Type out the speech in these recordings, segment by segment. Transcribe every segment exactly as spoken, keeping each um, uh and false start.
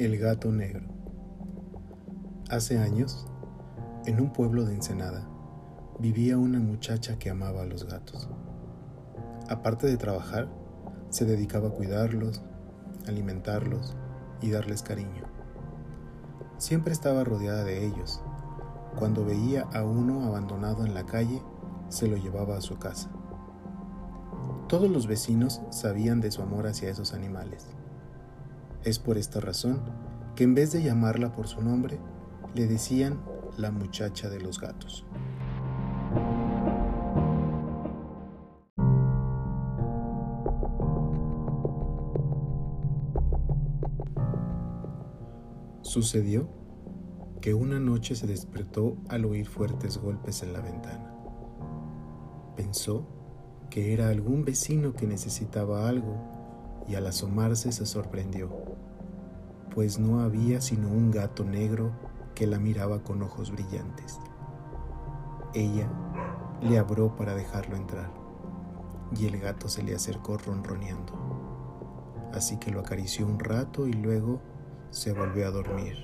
El gato negro. Hace años, en un pueblo de Ensenada, vivía una muchacha que amaba a los gatos. Aparte de trabajar, se dedicaba a cuidarlos, alimentarlos y darles cariño. Siempre estaba rodeada de ellos. Cuando veía a uno abandonado en la calle, se lo llevaba a su casa. Todos los vecinos sabían de su amor hacia esos animales. Es por esta razón que en vez de llamarla por su nombre, le decían la muchacha de los gatos. Sucedió que una noche se despertó al oír fuertes golpes en la ventana. Pensó que era algún vecino que necesitaba algo y al asomarse se sorprendió, pues no había sino un gato negro que la miraba con ojos brillantes. Ella le abrió para dejarlo entrar y el gato se le acercó ronroneando. Así que lo acarició un rato y luego se volvió a dormir.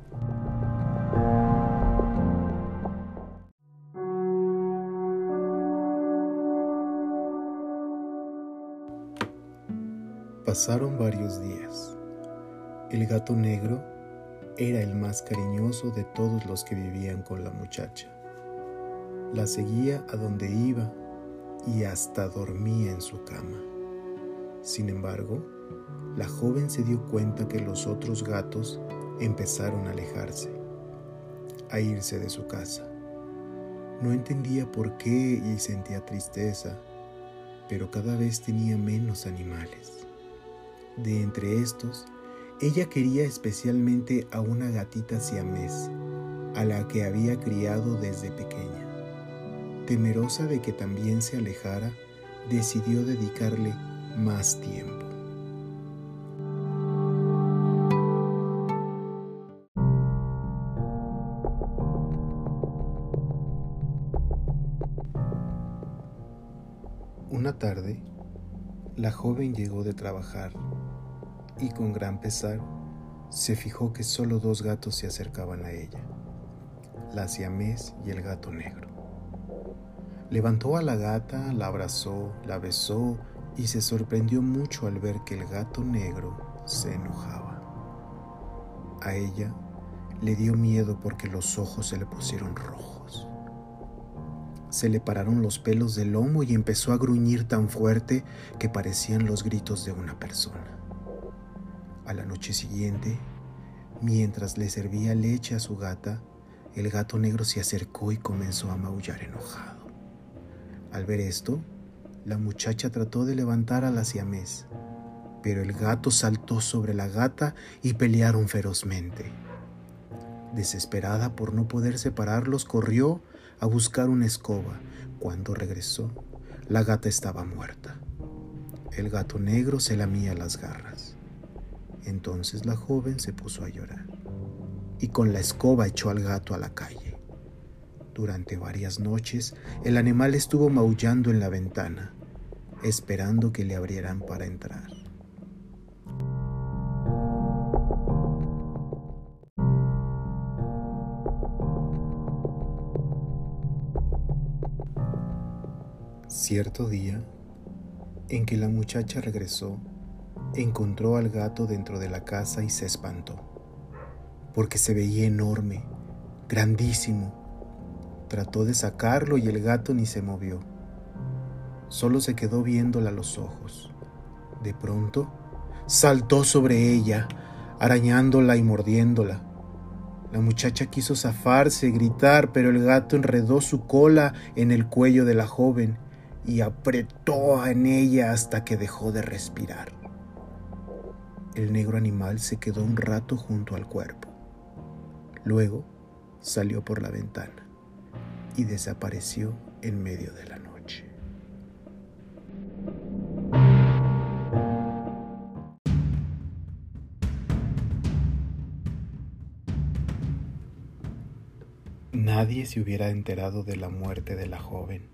Pasaron varios días. El gato negro era el más cariñoso de todos los que vivían con la muchacha. La seguía a donde iba y hasta dormía en su cama. Sin embargo, la joven se dio cuenta que los otros gatos empezaron a alejarse, a irse de su casa. No entendía por qué y sentía tristeza, pero cada vez tenía menos animales. De entre estos, ella quería especialmente a una gatita siamés, a la que había criado desde pequeña. Temerosa de que también se alejara, decidió dedicarle más tiempo. Una tarde, la joven llegó de trabajar y con gran pesar se fijó que solo dos gatos se acercaban a ella, la siamés y el gato negro. Levantó a la gata, la abrazó, la besó y se sorprendió mucho al ver que el gato negro se enojaba. A ella le dio miedo porque los ojos se le pusieron rojos. Se le pararon los pelos del lomo y empezó a gruñir tan fuerte que parecían los gritos de una persona. A la noche siguiente, mientras le servía leche a su gata, el gato negro se acercó y comenzó a maullar enojado. Al ver esto, la muchacha trató de levantar a la siamés, pero el gato saltó sobre la gata y pelearon ferozmente. Desesperada por no poder separarlos, corrió a buscar una escoba. Cuando regresó, la gata estaba muerta. El gato negro se lamía las garras. Entonces la joven se puso a llorar y con la escoba echó al gato a la calle. Durante varias noches, el animal estuvo maullando en la ventana, esperando que le abrieran para entrar. Cierto día, en que la muchacha regresó, encontró al gato dentro de la casa y se espantó, porque se veía enorme, grandísimo. Trató de sacarlo y el gato ni se movió. Solo se quedó viéndola a los ojos. De pronto, saltó sobre ella, arañándola y mordiéndola. La muchacha quiso zafarse, gritar, pero el gato enredó su cola en el cuello de la joven y apretó en ella hasta que dejó de respirar. El negro animal se quedó un rato junto al cuerpo. Luego salió por la ventana y desapareció en medio de la noche. Nadie se hubiera enterado de la muerte de la joven,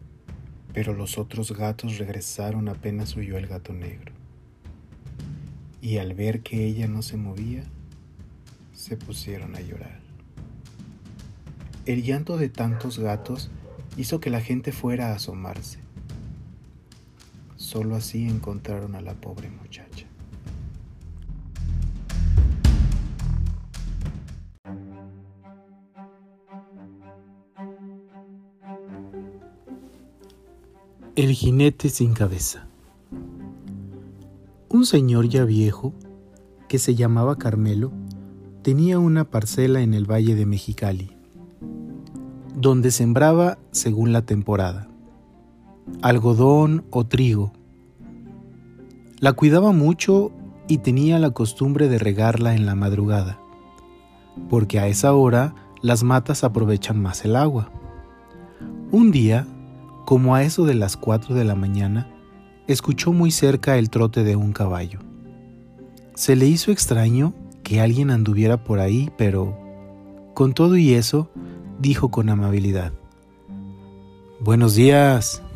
pero los otros gatos regresaron apenas huyó el gato negro. y al ver que ella no se movía, se pusieron a llorar. El llanto de tantos gatos hizo que la gente fuera a asomarse. Solo así encontraron a la pobre muchacha. El jinete sin cabeza. Un señor ya viejo, que se llamaba Carmelo, tenía una parcela en el Valle de Mexicali, donde sembraba según la temporada, algodón o trigo. La cuidaba mucho y tenía la costumbre de regarla en la madrugada, porque a esa hora las matas aprovechan más el agua. Un día, como a eso de las cuatro de la mañana, escuchó muy cerca el trote de un caballo. Se le hizo extraño que alguien anduviera por ahí, pero, con todo y eso, dijo con amabilidad: «Buenos días».